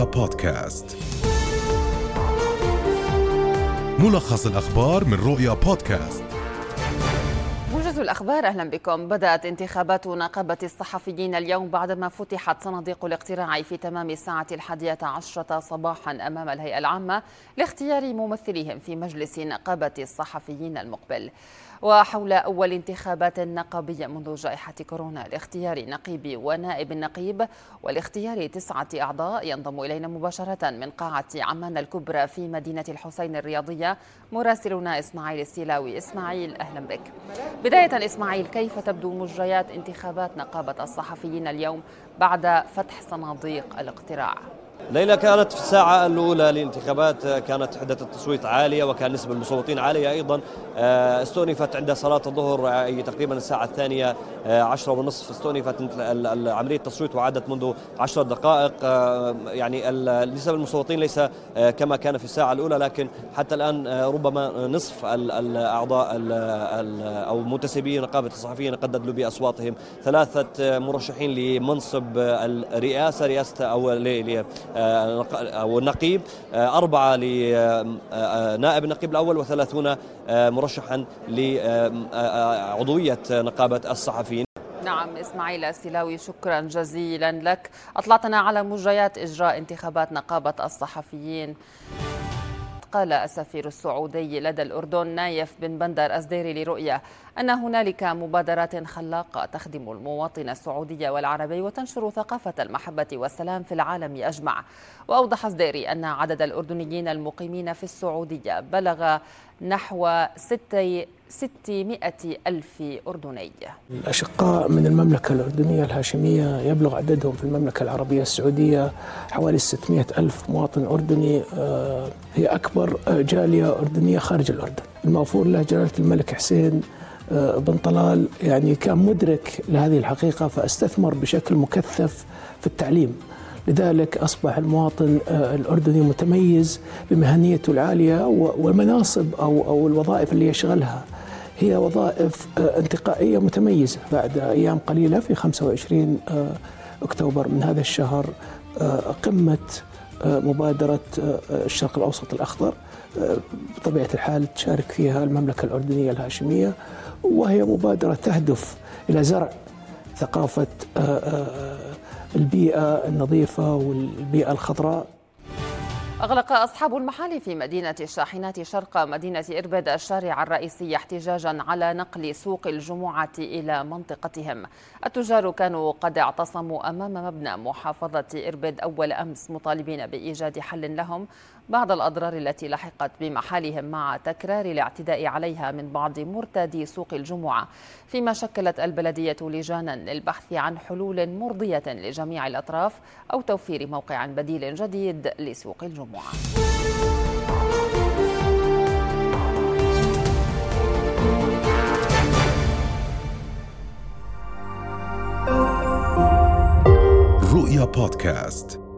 رؤيا بودكاست. ملخص الأخبار من رؤيا بودكاست. موجز الأخبار، أهلا بكم. بدأت انتخابات نقابة الصحفيين اليوم بعدما فتحت صناديق الاقتراع في تمام الساعة 11 صباحا أمام الهيئة العامة لاختيار ممثليهم في مجلس نقابة الصحفيين المقبل. وحول أول انتخابات نقابية منذ جائحة كورونا لاختيار نقيب ونائب النقيب والاختيار 9 أعضاء، ينضم إلينا مباشرة من قاعة عمان الكبرى في مدينة الحسين الرياضية مراسلنا إسماعيل السلاوي. إسماعيل، أهلا بك. بداية إسماعيل، كيف تبدو مجريات انتخابات نقابة الصحفيين اليوم بعد فتح صناديق الاقتراع؟ ليلى، كانت في الساعة الأولى للانتخابات كانت حدة التصويت عالية وكان نسبة المصوتين عالية أيضا. استؤنفت عند صلاة الظهر أي تقريبا الساعة 12:10:30 استؤنفت عملية التصويت وعادت منذ 10 دقائق. يعني نسب المصوتين ليس كما كان في الساعة الأولى، لكن حتى الآن ربما نصف الأعضاء أو منتسبي نقابة الصحفيين قد أدلوا بأصواتهم. 3 مرشحين لمنصب رئاسة أو النقيب، 4 لنائب النقيب الأول، و30 مرشحا لعضوية نقابة الصحفيين. نعم إسماعيل السلاوي، شكرا جزيلا لك. أطلعتنا على مجريات إجراء انتخابات نقابة الصحفيين. قال السفير السعودي لدى الأردن نايف بن بندر أزديري لرؤيا أن هنالك مبادرات خلاقة تخدم المواطن السعودي والعربي وتنشر ثقافة المحبة والسلام في العالم أجمع. وأوضح أزديري أن عدد الأردنيين المقيمين في السعودية بلغ نحو 600,000 أردني. الأشقاء من المملكة الأردنية الهاشمية يبلغ عددهم في المملكة العربية السعودية حوالي 600,000 مواطن أردني. هي أكبر جالية أردنية خارج الأردن. المغفور له جلالة الملك حسين بن طلال يعني كان مدرك لهذه الحقيقة، فاستثمر بشكل مكثف في التعليم. لذلك أصبح المواطن الأردني متميز بمهنيته العالية، والمناصب أو الوظائف اللي يشغلها هي وظائف انتقائية متميزة. بعد أيام قليلة في 25 أكتوبر من هذا الشهر قمة مبادرة الشرق الأوسط الأخضر، بطبيعة الحال تشارك فيها المملكة الأردنية الهاشمية، وهي مبادرة تهدف إلى زرع ثقافة البيئة النظيفة والبيئة الخضراء. أغلق أصحاب المحال في مدينة الشاحنات شرق مدينة إربد الشارع الرئيسي احتجاجا على نقل سوق الجمعة إلى منطقتهم. التجار كانوا قد اعتصموا أمام مبنى محافظة إربد أول أمس مطالبين بإيجاد حل لهم بعض الأضرار التي لحقت بمحالهم مع تكرار الاعتداء عليها من بعض مرتادي سوق الجمعة، فيما شكلت البلدية لجانا للبحث عن حلول مرضية لجميع الأطراف أو توفير موقع بديل جديد لسوق الجمعة. رؤيا بودكاست.